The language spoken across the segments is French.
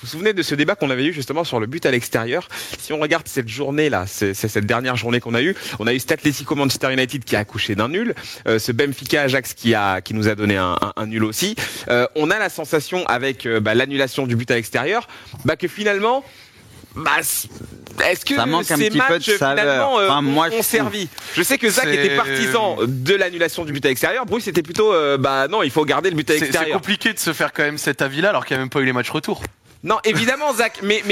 vous souvenez de ce débat qu'on avait eu justement sur le but à l'extérieur? Si on regarde cette journée-là, c'est cette dernière journée qu'on a eue, on a eu cet Atlético Manchester United qui a accouché d'un nul, ce Benfica Ajax qui nous a donné un nul aussi. On a la sensation avec l'annulation du but à l'extérieur, que finalement, est-ce que ces matchs finalement ont servi? Je sais que Zach était partisan de l'annulation du but à l'extérieur. Bruce était plutôt non, il faut garder le but à l'extérieur. C'est compliqué de se faire quand même cet avis-là alors qu'il n'y a même pas eu les matchs retour. Non, évidemment, Zach, mais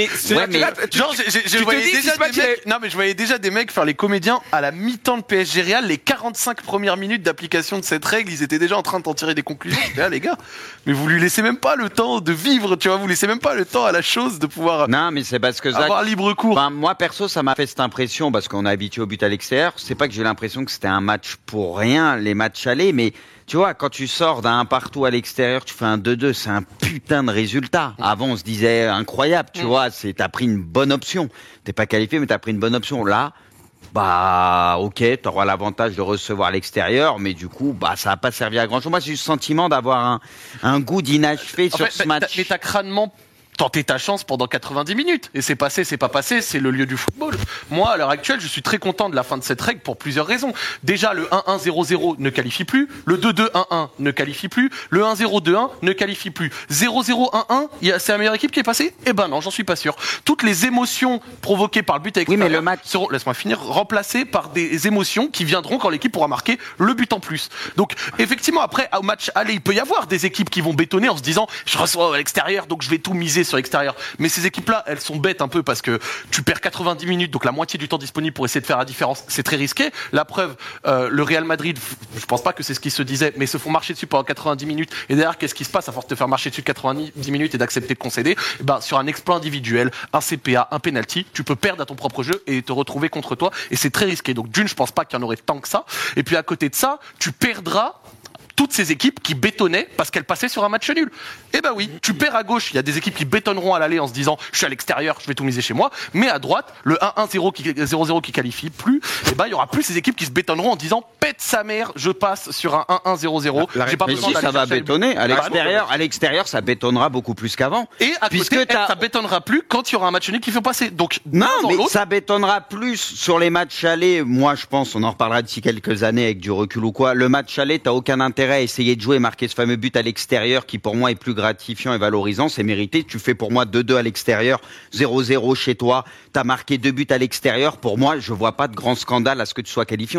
je voyais déjà des mecs faire les comédiens à la mi-temps de PSG Real, les 45 premières minutes d'application de cette règle, ils étaient déjà en train de t'en tirer des conclusions. Là, les gars, mais vous lui laissez même pas le temps de vivre, tu vois, vous laissez même pas le temps à la chose de pouvoir. Non, mais c'est parce que Zach, avoir libre cours. Moi, perso, ça m'a fait cette impression parce qu'on est habitué au but à l'extérieur. C'est pas que j'ai l'impression que c'était un match pour rien, les matchs allés, mais tu vois, quand tu sors d'un 1 partout à l'extérieur, tu fais un 2-2, c'est un putain de résultat. Avant, on se disait incroyable, tu vois, t'as pris une bonne option. T'es pas qualifié, mais t'as pris une bonne option. Là, ok, t'auras l'avantage de recevoir à l'extérieur, mais du coup, ça a pas servi à grand chose. Moi, j'ai eu le sentiment d'avoir un goût d'inachevé sur ce match. Mais t'as crânement tenter ta chance pendant 90 minutes. Et c'est passé, c'est pas passé, c'est le lieu du football. Moi, à l'heure actuelle, je suis très content de la fin de cette règle pour plusieurs raisons. Déjà, le 1-1-0-0 ne qualifie plus. Le 2-2-1-1 ne qualifie plus. Le 1-0-2-1 ne qualifie plus. 0-0-1-1, c'est la meilleure équipe qui est passée? Eh ben non, j'en suis pas sûr. Toutes les émotions provoquées par le but à l'extérieur seront, laisse-moi finir, remplacées par des émotions qui viendront quand l'équipe pourra marquer le but en plus. Donc, effectivement, après, au match aller, il peut y avoir des équipes qui vont bétonner en se disant, je reçois à l'extérieur, donc je vais tout miser sur l'extérieur. Mais ces équipes-là, elles sont bêtes un peu parce que tu perds 90 minutes, donc la moitié du temps disponible pour essayer de faire la différence. C'est très risqué. La preuve, le Real Madrid, je pense pas que c'est ce qui se disait, mais ils se font marcher dessus pendant 90 minutes. Et derrière, qu'est-ce qui se passe à force de te faire marcher dessus 90 minutes et d'accepter de concéder? Sur un exploit individuel, un CPA, un penalty, tu peux perdre à ton propre jeu et te retrouver contre toi. Et c'est très risqué. Donc d'une, je pense pas qu'il y en aurait tant que ça. Et puis à côté de ça, tu perdras toutes ces équipes qui bétonnaient parce qu'elles passaient sur un match nul. Eh ben oui, tu perds à gauche, il y a des équipes qui bétonneront à l'aller en se disant je suis à l'extérieur, je vais tout miser chez moi, mais à droite, le 1-1-0 qui qualifie plus, eh ben il y aura plus ces équipes qui se bétonneront en disant pète sa mère, je passe sur un 1-1-0-0. J'ai pas besoin d'aller ça va bétonner à l'extérieur, ça bétonnera beaucoup plus qu'avant. Et à côté, ça bétonnera plus quand il y aura un match nul qui fait passer. Donc non, mais ça bétonnera plus sur les matchs allés. Moi, je pense, on en reparlera d'ici quelques années avec du recul ou quoi. Le match aller, t'as aucun intérêt à essayer de jouer et marquer ce fameux but à l'extérieur qui pour moi est plus gratifiant et valorisant, c'est mérité. Tu fais pour moi 2-2 à l'extérieur, 0-0 chez toi, t'as marqué 2 buts à l'extérieur. Pour moi, je vois pas de grand scandale à ce que tu sois qualifié.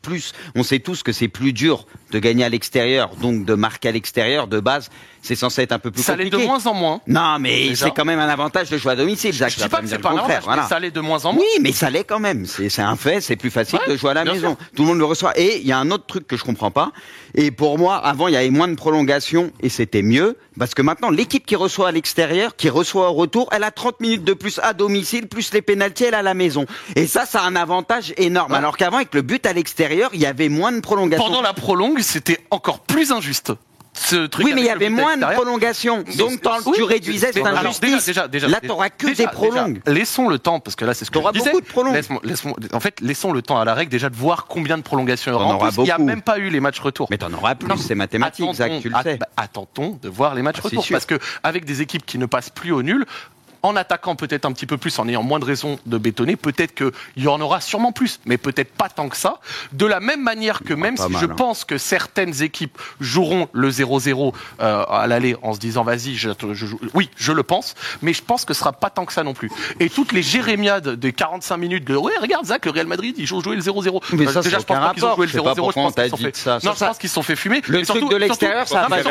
On sait tous que c'est plus dur de gagner à l'extérieur, donc de marquer à l'extérieur de base. C'est censé être un peu plus compliqué. Ça l'est de moins en moins. Non, mais c'est quand même un avantage de jouer à domicile, Jacques. Je dis pas que c'est pas un avantage, mais ça l'est de moins en moins. Oui, mais ça l'est quand même. C'est un fait, c'est plus facile de jouer à la maison. Sûr. Tout le monde le reçoit. Et il y a un autre truc que je comprends pas. Et pour moi, avant, il y avait moins de prolongation et c'était mieux. Parce que maintenant, l'équipe qui reçoit à l'extérieur, qui reçoit au retour, elle a 30 minutes de plus à domicile, plus les pénaltys, elle à la maison. Et ça a un avantage énorme. Alors qu'avant, avec le but à l'extérieur, il y avait moins de prolongation. Pendant la prolongue, c'était encore plus injuste. Oui, mais il y avait moins de prolongation. Donc, tu réduisais cette injustice. Déjà, là, t'auras que des prolongues. Laissons le temps, parce que là, c'est ce que je disais. Beaucoup de prolongues. En fait, laissons le temps à la règle déjà de voir combien de prolongations il y aura. Il n'y a même pas eu les matchs retour. Mais t'en auras plus, c'est mathématique, Zach, tu le sais. Attendons de voir les matchs retour. Parce que avec des équipes qui ne passent plus au nul, en attaquant peut-être un petit peu plus, en ayant moins de raisons de bétonner, peut-être qu'il y en aura sûrement plus, mais peut-être pas tant que ça. De la même manière que même si je pense que certaines équipes joueront le 0-0 à l'aller en se disant vas-y, je joue. Oui, je le pense, mais je pense que ce sera pas tant que ça non plus. Et toutes les jérémiades des 45 minutes de ouais, regarde Zach, le Real Madrid, ils ont joué le 0-0. Mais ça, déjà, je pense pas qu'ils ont joué le 0-0. Je pense qu'ils se sont fait fumer. Le truc de l'extérieur, ça va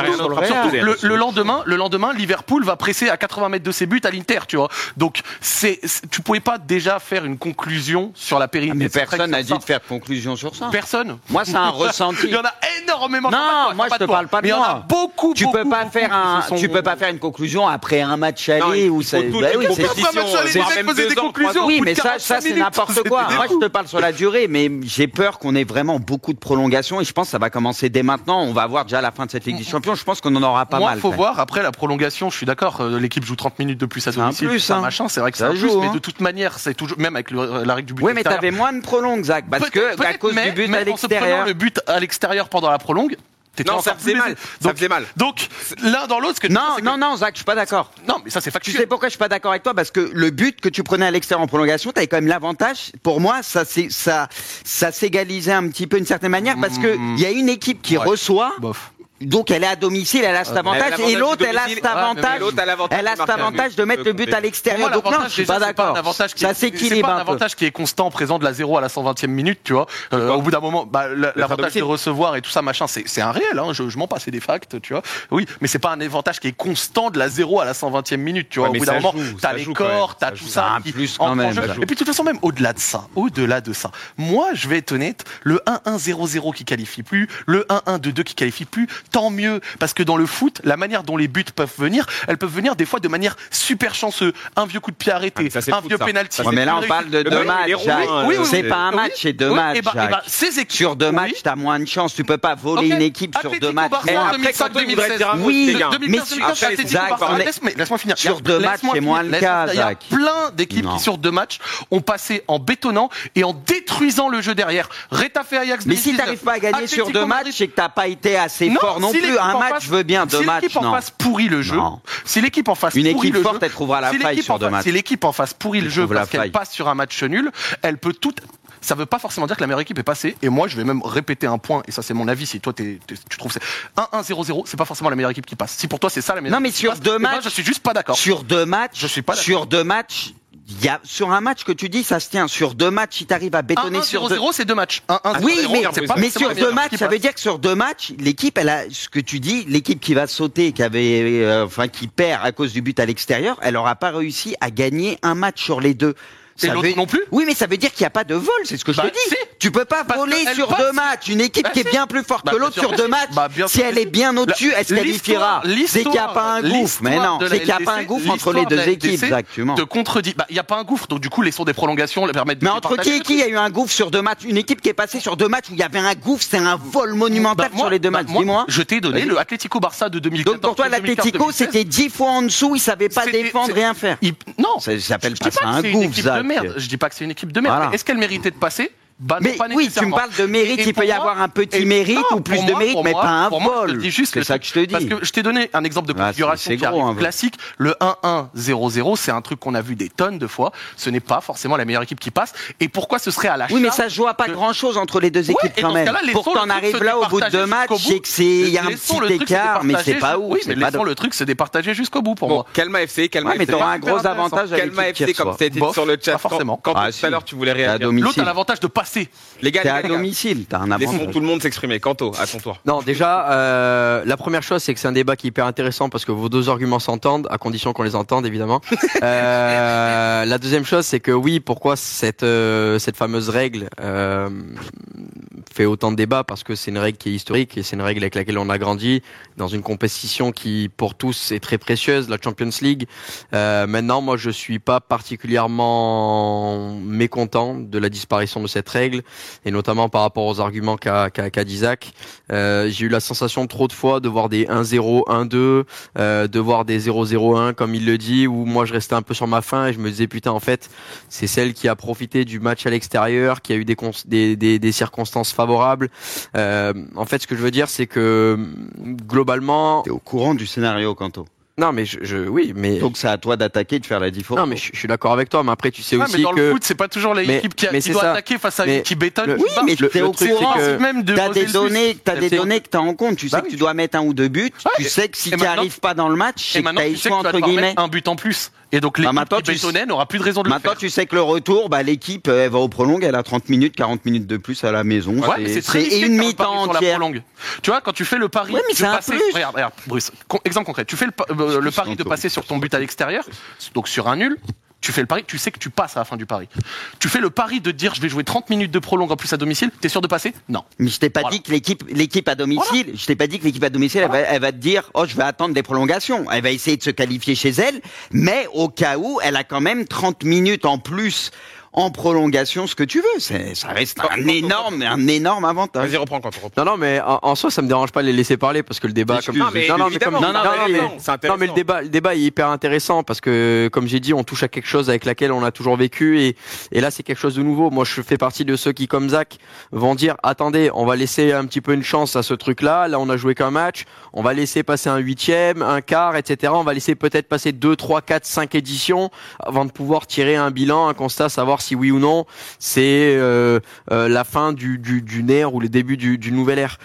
le lendemain, Liverpool va presser à 80 mètres de ses buts à l'Inter. Tu vois, donc tu pouvais pas déjà faire une conclusion sur la pérennité. Mais personne n'a dit de faire de conclusion sur ça. Personne. Moi, c'est un ressenti. Il y en a énormément. Non, moi je te parle pas de moi. Il y en a beaucoup. Tu peux pas faire une conclusion après un match aller où c'est. Poser des conclusions. Oui, mais ça c'est n'importe quoi. Moi, je te parle sur la durée, mais j'ai peur qu'on ait vraiment beaucoup de prolongations et je pense que ça va commencer dès maintenant. On va voir déjà la fin de cette Ligue des Champions. Je pense qu'on en aura pas mal. Moi, faut voir après la prolongation. Je suis d'accord. L'équipe joue 30 minutes de plus à domicile. Plus, machin, c'est vrai que ça joue, mais de toute manière, c'est toujours même avec la règle du but. Oui, mais t'avais moins de prolongue, Zach, parce que à cause du but à l'extérieur. En prenant le but à l'extérieur pendant la prolongue, T'étais Non, encore ça faisait plus mal. lésé. Ça faisait mal. Donc, l'un dans l'autre, ce que tu dis, c'est que- Non, Zach, je suis pas d'accord. Non, mais ça, c'est Tu factuel. sais pourquoi je suis pas d'accord avec toi? Parce que le but que tu prenais à l'extérieur en prolongation, t'avais quand même l'avantage. Pour moi, ça s'égalisait un petit peu d'une certaine manière parce que il y a une équipe qui reçoit. Bof. Donc elle est à domicile, elle a cet avantage, et l'autre elle a cet avantage, l'autre a l'avantage elle a de cet marquer un avantage but. de mettre le but à l'extérieur. Donc non, je suis pas d'accord. Ça C'est s'équilibre pas un un peu. avantage qui est constant, présent de la 0 à la 120e minute, tu vois. Au bout d'un moment, l'avantage domicile. de recevoir et tout ça, machin, c'est un réel, hein. Je m'en passe, c'est des facts, tu vois. Oui, mais c'est pas un avantage qui est constant de la 0 à la 120e minute, tu vois. Ouais, Au mais bout d'un ça moment, joue, t'as ça les joue quand corps, même, t'as ça tout joue. ça. Ah, qui plus quand entre en même, jeu. ça joue. Et puis de toute façon, même au-delà de ça, moi, je vais être honnête, le 1-1-0-0 qui qualifie plus, le 1-1-2-2 qui qualifie plus, tant mieux, parce que dans le foot, la manière dont les buts peuvent venir, elles peuvent venir des fois de manière super chanceuse. Un vieux coup de pied arrêté, mais ça, c'est un le foot, vieux ça. pénalty. Ouais, mais là on parle de Le deux mec, il est matchs, rond, Jacques. hein, C'est pas un match, c'est deux matchs, Jacques. Ces équipes, Sur deux matchs, oui. t'as moins de chance. Tu peux pas voler une équipe sur deux matchs. Barça, Et Moins. après, quand 2005, il voudrait dire un mot, Oui, les gars. mais 2015, sur- Atlético Zach, Barça, on est- laisse-moi finir. Sur deux matchs, c'est moins le cas, Il y a Zach. plein d'équipes Non. qui, sur deux matchs, ont passé en bétonnant et en détruisant le jeu derrière. Retafe et Ajax. Mais si 2019, t'arrives pas à gagner sur Atlético deux Madrid. matchs, c'est que t'as pas été assez fort non si plus. l'équipe Un en match, face- je veux bien. Deux si matchs, l'équipe en non. face pourrit le jeu, Non. si l'équipe en face Une pourrit équipe le forte, jeu, elle trouvera la si faille l'équipe sur en deux face- matchs. Si l'équipe en face pourrit le jeu trouve la parce qu'elle faille. passe sur un match nul, elle peut tout. Ça veut pas forcément dire que la meilleure équipe est passée. Et moi, je vais même répéter un point, et ça c'est mon avis. Si toi tu trouves c'est 1-1-0-0, c'est pas forcément la meilleure équipe qui passe. Si pour toi c'est ça la meilleure. Non, mais équipe sur qui passe, deux eh ben, matchs- je suis juste pas d'accord. Sur deux matchs, Je suis pas d'accord. sur deux matchs, sur un match que tu dis, ça se tient. Sur deux matchs, si t'arrives à bétonner sur deux. 1-1-0-0, c'est deux matchs. 1-1-0-0, Oui, mais, c'est pas mais forcément sur la deux meilleure matchs, équipe ça qui veut passe. dire que sur deux matchs, l'équipe, elle a, ce que tu dis, l'équipe qui va sauter, qui perd à cause du but à l'extérieur, elle aura pas réussi à gagner un match sur les deux. Et Ça l'autre veut- non plus. Oui, mais ça veut dire qu'il n'y a pas de vol, c'est ce que je Bah, te dis. si. Tu peux pas Parce voler qu'elle sur passe. deux matchs. Une équipe Bah, qui est si. bien plus forte Bah, que bien l'autre sûr sur que deux si. matchs, Bah, bien si sûr elle que est si. bien au-dessus, elle se qualifiera. C'est qu'il n'y a pas un gouffre. Mais non, c'est qu'il n'y a pas un gouffre entre les deux équipes, exactement. Te contredit. Bah, il n'y a pas un gouffre, donc du coup, laissons des prolongations, le permettent de Mais entre qui départager et qui il y a eu un gouffre sur deux matchs? Une équipe qui est passée sur deux matchs où il y avait un gouffre, c'est un vol monumental sur les deux matchs. Dis-moi. Je t'ai donné Vas-y. le Atlético Barça de 2014. Donc pour toi, l'Atlético, c'était 10 fois en dessous, il savait pas défendre, rien faire. Non, Ça s'appelle je pas dis ça pas un que c'est une gouffre, équipe de Zach. merde. Je dis pas que c'est une équipe de merde. Voilà. Mais est-ce qu'elle méritait de passer? Bah, non, Mais pas oui, tu me nécessairement. parles de mérite, Et il peut y pour moi- avoir un petit et- mérite non, ou plus pour de moi- mérite, pour mais moi- pas un pour moi, je te vol. dis juste C'est le ça truc. que je te dis. Parce que je t'ai donné un exemple de Ah, configuration c'est qui gros, arrive un vol. classique. Le 1-1-0-0, c'est un truc qu'on a vu des tonnes de fois. Ce n'est pas forcément la meilleure équipe qui passe. Et pourquoi ce serait à la Oui, mais charge ça se joue à pas de- grand-chose entre les deux équipes Ouais, et quand dans ce même. cas-là, Pour laissons t'en le truc arrives se là au bout de départager deux matchs, jusqu'au c'est que c'est, il y a un Laissons le petit truc se écart, mais c'est départager pas jusqu'au- ouf. Oui, c'est mais pas laissons le truc se départager jusqu'au bout pour Bon, moi. Calma FC, Calma Ouais, mais FC. t'auras un gros Super avantage avec Calma l'équipe FC, qui comme reçoit. ça a été dit Bof, sur le chat. pas forcément. Quand Ah, tout à l'heure, tu voulais T'es à réagir. domicile. L'autre a l'avantage de passer. Les gars, T'es les à gars, domicile, t'as un laissons avantage. tout le monde s'exprimer. Kanto, à ton tour. Non, déjà, la première chose, c'est que c'est un débat qui est hyper intéressant parce que vos deux arguments s'entendent, à condition qu'on les entende, évidemment. La deuxième chose, c'est que oui, pourquoi cette fameuse règle fait autant de débats? Parce que c'est une règle qui est historique et c'est une règle avec laquelle on a grandi dans une compétition qui, pour tous, est très précieuse, la Champions League. Maintenant, moi, je suis pas particulièrement mécontent de la disparition de cette règle et notamment par rapport aux arguments qu'a dit Zach. J'ai eu la sensation trop de fois de voir des 1-0, 1-2, de voir des 0-0-1 comme il le dit, où moi je restais un peu sur ma faim et je me disais putain en fait c'est celle qui a profité du match à l'extérieur, qui a eu des circonstances favorables. En fait ce que je veux dire c'est que globalement T'es au courant du scénario, Kanto. non mais oui mais Donc c'est à toi d'attaquer, de faire la différence. non mais je suis d'accord avec toi, mais après tu sais Ouais, aussi mais dans que le foot, c'est pas toujours l'équipe qui mais qui c'est doit ça. attaquer face à Mais une qui bétonne. le- Oui, mais le t'es au truc, c'est courant. que- Même de T'as des Rosé données, Luce. t'as des C'est- données que t'as en compte. Tu sais Bah que oui. tu dois mettre un ou deux buts. Ouais, Tu sais que si et tu maintenant- arrives pas dans le match, Et c'est que maintenant, t'as tu sais échoué que tu vas entre devoir guillemets. mettre un but en plus. Et donc l'équipe maintenant, qui tu- bétonnait n'aura plus de raison de le Maintenant, faire. tu sais que le retour, l'équipe, elle va au prolong, elle a 30 minutes, 40 minutes de plus à la maison. Ouais, mais c'est très risqué et de une faire le mi-temps pari sur la entière. prolongue. Tu vois, quand tu fais le pari Ouais, mais de c'est un passer, plus. regarde, Bruce, exemple concret, tu fais le pari de passer sur ton but à l'extérieur, donc sur un nul. Tu fais le pari, tu sais que tu passes à la fin du pari. Tu fais le pari de te dire je vais jouer 30 minutes de prolongue en plus à domicile, t'es sûr de passer? Non. Mais je t'ai pas Voilà. dit que l'équipe à domicile, je t'ai pas dit que l'équipe à domicile, elle va te dire, oh, je vais attendre des prolongations. Elle va essayer de se qualifier chez elle, mais au cas où, elle a quand même 30 minutes en plus en prolongation, ce que tu veux. Ça reste un énorme avantage. Vas-y, reprends. Non, mais en soi, ça me dérange pas de les laisser parler parce que le débat, mais le débat est hyper intéressant parce que, comme j'ai dit, on touche à quelque chose avec laquelle on a toujours vécu et là, c'est quelque chose de nouveau. Moi, je fais partie de ceux qui, comme Zach, vont dire, attendez, on va laisser un petit peu une chance à ce truc-là. Là, on a joué qu'un match. On va laisser passer un 8e, un quart, etc. On va laisser peut-être passer 2, 3, 4, 5 éditions avant de pouvoir tirer un bilan, un constat, savoir si oui ou non c'est la fin d'une ère ou le début d'une nouvelle ère.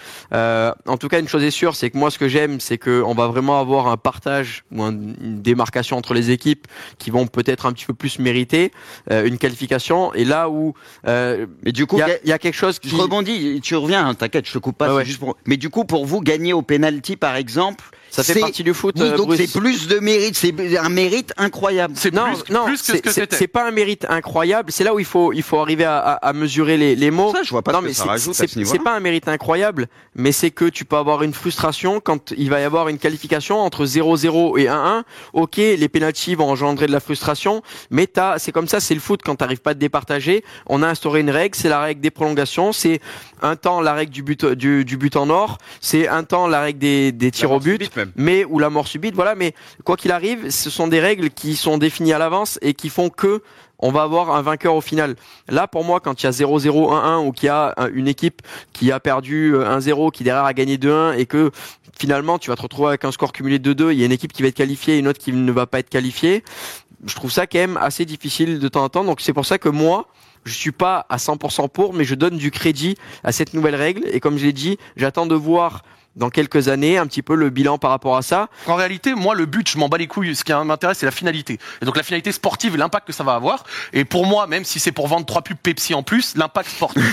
En tout cas, une chose est sûre, c'est que moi, ce que j'aime, c'est qu'on va vraiment avoir un partage ou une démarcation entre les équipes qui vont peut-être un petit peu plus mériter une qualification. Et là où mais du coup, il y a quelque chose qui... Je rebondis, tu reviens, hein, t'inquiète, je te coupe pas. Ouais. Juste pour... Mais du coup, pour vous, gagner au penalty, par exemple, ça fait partie du foot. Oui, donc Bruce. c'est plus de mérite, c'est un mérite incroyable. C'est plus que ce que c'était. C'est pas un mérite incroyable. C'est là où il faut arriver à mesurer les mots. Ça, je vois pas non, ce que mais ça rajoute à ce niveau-là. C'est pas un mérite incroyable, mais c'est que tu peux avoir une frustration quand il va y avoir une qualification entre 0-0 et 1-1. Ok, les pénaltys vont engendrer de la frustration, mais c'est comme ça, c'est le foot quand t'arrives pas à te départager. On a instauré une règle, c'est la règle des prolongations, c'est un temps la règle du but en or, c'est un temps la règle des tirs au but, mais ou la mort subite, voilà. Mais quoi qu'il arrive, ce sont des règles qui sont définies à l'avance et qui font que on va avoir un vainqueur au final. Là, pour moi, quand il y a 0-0, 1-1 ou qu'il y a une équipe qui a perdu 1-0, qui derrière a gagné 2-1 et que finalement tu vas te retrouver avec un score cumulé de 2-2, il y a une équipe qui va être qualifiée et une autre qui ne va pas être qualifiée. Je trouve ça quand même assez difficile de temps en temps. Donc c'est pour ça que moi, je suis pas à 100% pour, mais je donne du crédit à cette nouvelle règle. Et comme je l'ai dit, j'attends de voir dans quelques années un petit peu le bilan par rapport à ça. En réalité, moi, le but, je m'en bats les couilles. Ce qui m'intéresse, c'est la finalité. Et donc la finalité sportive et l'impact que ça va avoir. Et pour moi, même si c'est pour vendre 3 pubs Pepsi en plus, l'impact sportif,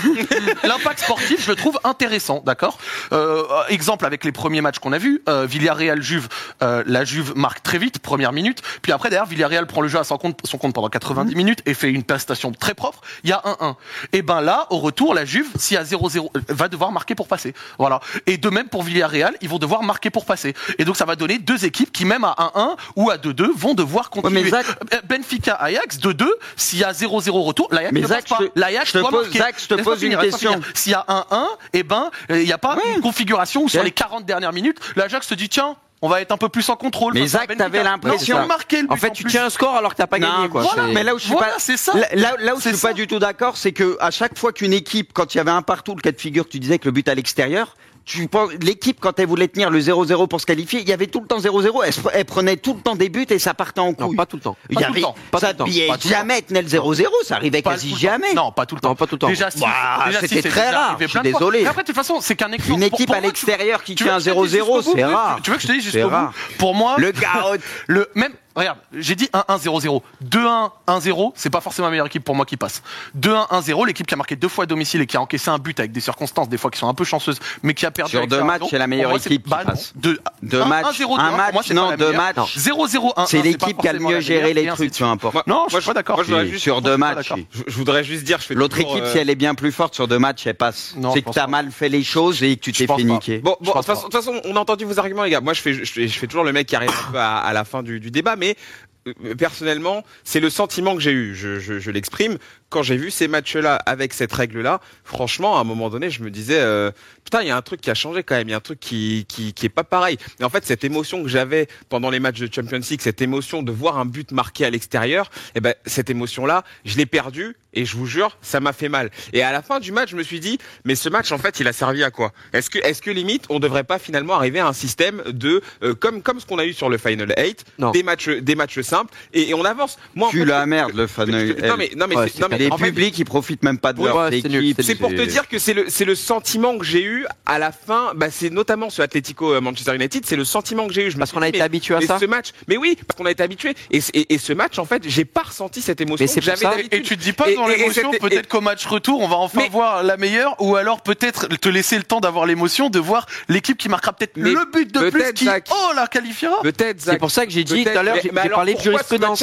je le trouve intéressant, d'accord. Exemple avec les premiers matchs qu'on a vus, Villarreal-Juve, la Juve marque très vite, première minute. Puis après, derrière, Villarreal prend le jeu à son compte pendant 90 minutes et fait une prestation très propre. Il y a 1-1. Et ben là, au retour, la Juve, s'il y a 0-0, va devoir marquer pour passer. Voilà. Et de même pour Villarreal, ils vont devoir marquer pour passer. Et donc ça va donner deux équipes qui, même à 1-1 ou à 2-2, vont devoir continuer. Ouais, Zach... Benfica-Ajax, 2-2, s'il y a 0-0 retour, l'Ajax ne passe pas. L'Ajax doit marquer. Zach, je te pose une question. S'il y a 1-1, eh ben, il n'y a pas une configuration où sur les 40 dernières minutes, l'Ajax se dit, tiens, on va être un peu plus en contrôle. Mais Zach, t'avais l'impression. En fait, tu tiens un score alors que t'as pas gagné, quoi. Voilà, mais là où je suis pas, c'est ça. Là où je suis pas du tout d'accord, c'est que à chaque fois qu'une équipe, quand il y avait un partout, le cas de figure, tu disais que le but à l'extérieur, l'équipe, quand elle voulait tenir le 0-0 pour se qualifier, il y avait tout le temps 0-0. Elle prenait tout le temps des buts et ça partait en couille. Non, pas tout le temps. Il y avait, ça jamais tenait le 0-0, ça arrivait quasi jamais. Non, pas tout le temps. Pas tout le temps. Déjà, c'était très rare. Je suis désolé. Après, de toute façon, c'est qu'un exemple. Une équipe à l'extérieur qui tient un 0-0, c'est rare. Tu veux que je te dise jusqu'au bout? Pour moi, le carotte. Même, regarde, j'ai dit 1-1, 0-0. 2-1, 1-0, c'est pas forcément la meilleure équipe pour moi qui passe. 2-1, 1-0, l'équipe qui a marqué 2 fois à domicile et qui a encaissé un but avec des circonstances, des fois qui sont un peu chanceuses, mais qui a perdu. Sur 2 matchs, c'est la meilleure équipe qui passe. 2 matchs, un match, non, 2 matchs. 0-0, 1-1. C'est l'équipe qui a le mieux géré les trucs, peu importe. Non, je suis pas d'accord. Sur 2 matchs. Je voudrais juste dire, l'autre équipe, si elle est bien plus forte sur 2 matchs, elle passe. C'est que t'as mal fait les choses et que tu t'es fait niquer. Bon, de toute façon, on a entendu vos arguments, les gars. Moi, je fais toujours le mec qui arrive un peu à la fin du débat, mais personnellement, c'est le sentiment que j'ai eu. Je l'exprime. Quand j'ai vu ces matchs-là avec cette règle-là, franchement, à un moment donné, je me disais, putain, il y a un truc qui a changé quand même. Il y a un truc qui est pas pareil. Et en fait, cette émotion que j'avais pendant les matchs de Champions League, cette émotion de voir un but marqué à l'extérieur, eh ben, cette émotion-là, je l'ai perdue. Et je vous jure, ça m'a fait mal. Et à la fin du match, je me suis dit, mais ce match, en fait, il a servi à quoi? Est-ce que limite, on devrait pas finalement arriver à un système de, comme ce qu'on a eu sur le Final 8, des matchs simples, et on avance. Moi, tu la merde, le Final 8. Non, mais les publics, ils profitent même pas de leur équipe. C'est pour te dire que c'est le sentiment que j'ai eu à la fin, bah, c'est notamment ce Atlético Manchester United, c'est le sentiment que j'ai eu. Parce qu'on a été habitué à ça. Ce match, mais oui, parce qu'on a été habitué. Et ce match, en fait, j'ai pas ressenti cette émotion que j'avais d'habitude. Et tu te dis pas dans l'émotion, peut-être qu'au match retour, on va enfin voir la meilleure, ou alors peut-être te laisser le temps d'avoir l'émotion de voir l'équipe qui marquera peut-être le but de plus qui, la qualifiera. Peut-être, Zach. C'est pour ça que j'ai dit tout à l'heure, j'ai parlé de jurisprudence.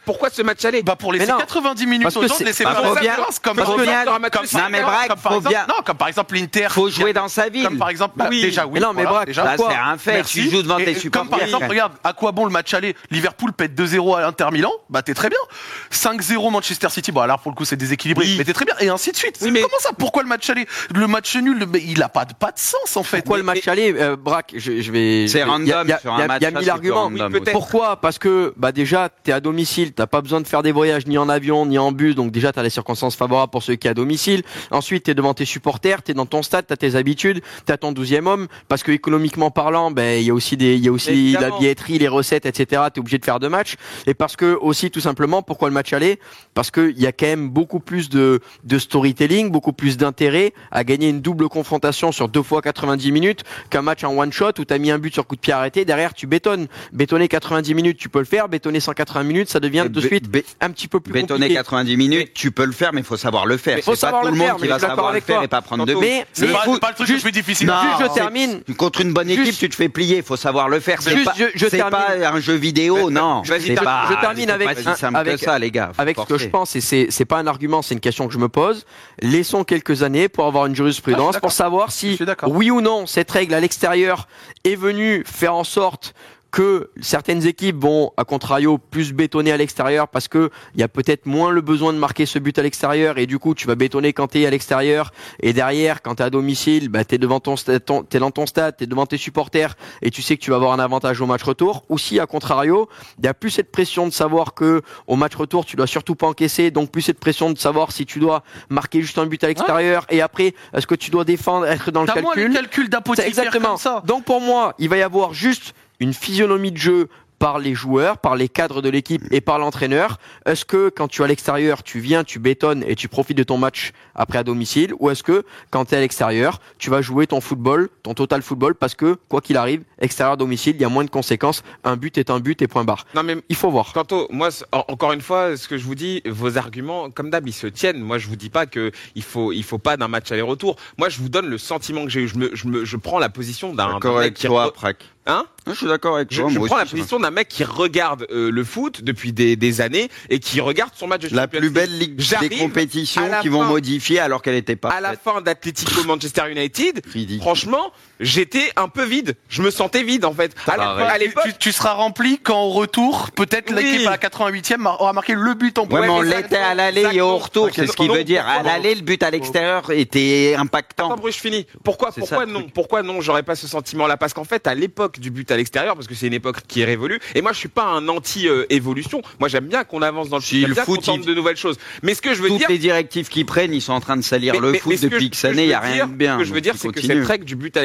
Pourquoi ce match aller? Bah pour laisser 90 minutes aux gens de laisser comme par exemple l'Inter. Faut jouer dans sa ville. Comme par exemple, déjà oui. Non mais Braque, c'est un fait. Tu joues devant tes supporters. Comme par exemple, regarde, à quoi bon le match aller? Liverpool pète 2-0 à Inter Milan, bah t'es très bien. 5-0 Manchester City, bon alors pour le coup c'est déséquilibré, mais t'es très bien. Et ainsi de suite. Comment ça? Pourquoi le match aller? Le match nul, il a pas de sens en fait. Pourquoi le match aller, Braque? Je vais. C'est random sur un match. Il y a 1000 arguments. Pourquoi? Parce que déjà t'es à domicile, t'as pas besoin de faire des voyages ni en avion ni en bus, donc déjà t'as les circonstances favorables pour ceux qui sont à domicile. Ensuite t'es devant tes supporters, t'es dans ton stade, t'as tes habitudes, t'as ton 12e homme, parce que économiquement parlant, il y a aussi la billetterie, les recettes, etc. T'es obligé de faire 2 matchs. Et parce que aussi tout simplement, pourquoi le match aller? Parce que il y a quand même beaucoup plus de storytelling, beaucoup plus d'intérêt à gagner une double confrontation sur 2 fois 90 minutes qu'un match en one shot où t'as mis un but sur coup de pied arrêté, derrière tu bétonnes. Bétonner 90 minutes, tu peux le faire. Bétonner 180 minutes, ça devient de suite un petit peu plus compliqué. Bétonner 90 minutes, tu peux le faire, mais il faut savoir le faire. C'est pas tout le monde qui va savoir le faire et pas prendre de buts. C'est pas le truc le plus difficile. Juste, je termine. Contre une bonne équipe, tu te fais plier, il faut savoir le faire. C'est pas un jeu vidéo, non. Je termine avec ça, les gars. Avec ce que je pense, et c'est pas un argument, c'est une question que je me pose. Laissons quelques années pour avoir une jurisprudence, pour savoir si, oui ou non, cette règle à l'extérieur est venue faire en sorte que certaines équipes vont, à contrario, plus bétonner à l'extérieur parce que il y a peut-être moins le besoin de marquer ce but à l'extérieur et du coup, tu vas bétonner quand t'es à l'extérieur et derrière, quand t'es à domicile, t'es devant t'es dans ton stade, t'es devant tes supporters et tu sais que tu vas avoir un avantage au match retour. Ou si, à contrario, il y a plus cette pression de savoir que au match retour, tu dois surtout pas encaisser, donc plus cette pression de savoir si tu dois marquer juste un but à l'extérieur et après, est-ce que tu dois défendre, être dans le calcul. T'as moins le calcul d'apothicaire. Exactement. Comme ça. Donc pour moi, il va y avoir juste une physionomie de jeu par les joueurs, par les cadres de l'équipe et par l'entraîneur. Est-ce que quand tu es à l'extérieur, tu viens, tu bétonnes et tu profites de ton match après à domicile, ou est-ce que quand tu es à l'extérieur, tu vas jouer ton football, ton total football, parce que quoi qu'il arrive, extérieur domicile, il y a moins de conséquences. Un but est un but et point barre. Non mais il faut voir. Quant moi encore une fois, ce que je vous dis, vos arguments comme d'hab ils se tiennent. Moi je vous dis pas que il faut pas d'un match aller-retour. Moi je vous donne le sentiment que j'ai eu. Je prends la position d'un mec qui Hein? Je suis d'accord avec toi. Je prends la position d'un mec qui regarde le foot depuis des années et qui regarde son match de Champions League. La plus belle ligue des compétitions qui vont modifier alors qu'elle n'était pas à la fin d'Atlético Manchester United. Ridicule. Franchement, j'étais un peu vide. Je me sentais vide en fait. À l'époque, tu seras rempli quand au retour, peut-être l'équipe à la 88e aura marqué le but en point. Ouais, mais on l'était à l'aller et au retour. C'est ce qu'il veut dire. À l'aller, le but à l'extérieur était impactant. Attends, je finis. Pourquoi non? Pourquoi non? J'aurais pas ce sentiment-là parce qu'en fait, à l'époque du but à l'extérieur, parce que c'est une époque qui est révolue. Et moi, je suis pas un anti-évolution. Moi, j'aime bien qu'on avance dans le foot, qu'on tente de nouvelles choses. Mais ce que je veux dire, toutes les directives qu'ils prennent, ils sont en train de salir le foot depuis X années. Il y a rien de bien. Ce que je veux dire, c'est que cette règle du but à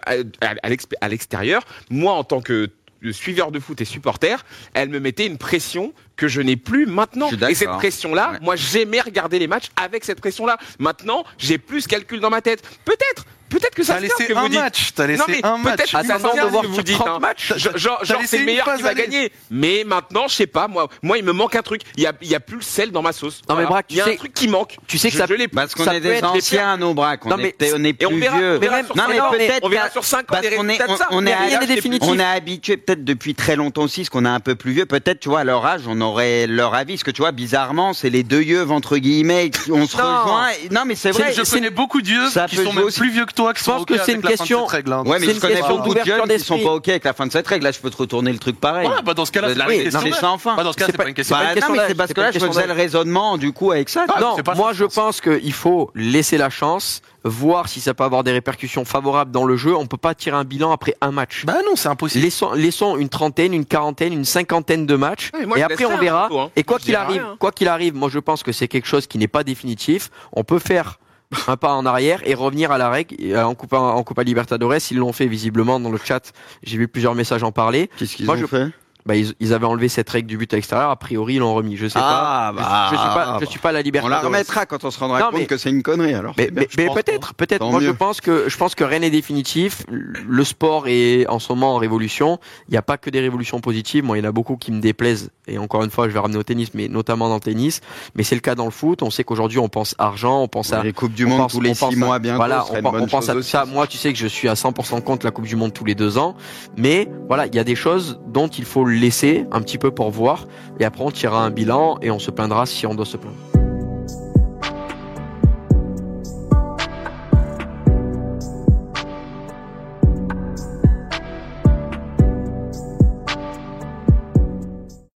l'extérieur, moi, en tant que suiveur de foot et supporter, elle me mettait une pression que je n'ai plus maintenant. Et cette pression-là, moi, j'aimais regarder les matchs avec cette pression-là. Maintenant, j'ai plus ce calcul dans ma tête. Peut-être que ça t'as laissé un match. T'as laissé un match. Attends de voir sur 30 matchs. Genre c'est le meilleur qui va gagner. Mais maintenant, je sais pas, moi, il me manque un truc. Il y a plus le sel dans ma sauce. Non mais Braque, il y a un truc qui manque. Tu sais que ça parce qu'on est des anciens, nos Braque. On est plus vieux. Non mais peut-être. On verra sur 5 ans des résultats de ça. On est habitué peut-être depuis très longtemps aussi, parce qu'on est un peu plus vieux. Peut-être, tu vois, à leur âge, on aurait leur avis. Parce que tu vois, bizarrement, c'est les deux yeux entre guillemets. On se rejoint. Non mais c'est vrai. Je connais beaucoup de vieux qui sont même plus vieux que toi. Je pense que c'est une question. Ouais, mais je connais beaucoup de jeunes qui sont pas ok avec la fin de cette règle. Là, je peux te retourner le truc pareil. Ouais, bah dans ce cas-là, c'est sans fin. Dans ce cas, c'est pas une question. Non, mais c'est parce que là, je faisais le raisonnement du coup avec ça. Non, moi, je pense qu'il faut laisser la chance, voir si ça peut avoir des répercussions favorables dans le jeu. On peut pas tirer un bilan après un match. Bah non, c'est impossible. Laissons une trentaine, une quarantaine, une cinquantaine de matchs. Et après, on verra. Et quoi qu'il arrive, moi, je pense que c'est quelque chose qui n'est pas définitif. On peut faire un pas en arrière et revenir à la règle en Copa Libertadores. Ils l'ont fait visiblement dans le chat. J'ai vu plusieurs messages en parler. Qu'est-ce qu'ils ont fait? Ils avaient enlevé cette règle du but à l'extérieur. A priori, ils l'ont remis. Je sais pas. Je suis pas à la Libertadores. On la remettra quand on se rendra compte que c'est une connerie. Alors. Mais peut-être. Moi, je pense que rien n'est définitif. Le sport est en ce moment en révolution. Il n'y a pas que des révolutions positives. Moi, il y en a beaucoup qui me déplaisent. Et encore une fois, je vais ramener au tennis, mais notamment dans le tennis. Mais c'est le cas dans le foot. On sait qu'aujourd'hui, on pense argent, on pense à les coupes du monde tous les 6 mois bientôt. Voilà, on pense à tout ça. Moi, tu sais que je suis à 100% contre la Coupe du monde tous les 2 ans. Mais voilà, il y a des choses dont il faut le laisser un petit peu pour voir, et après on tirera un bilan et on se plaindra si on doit se plaindre.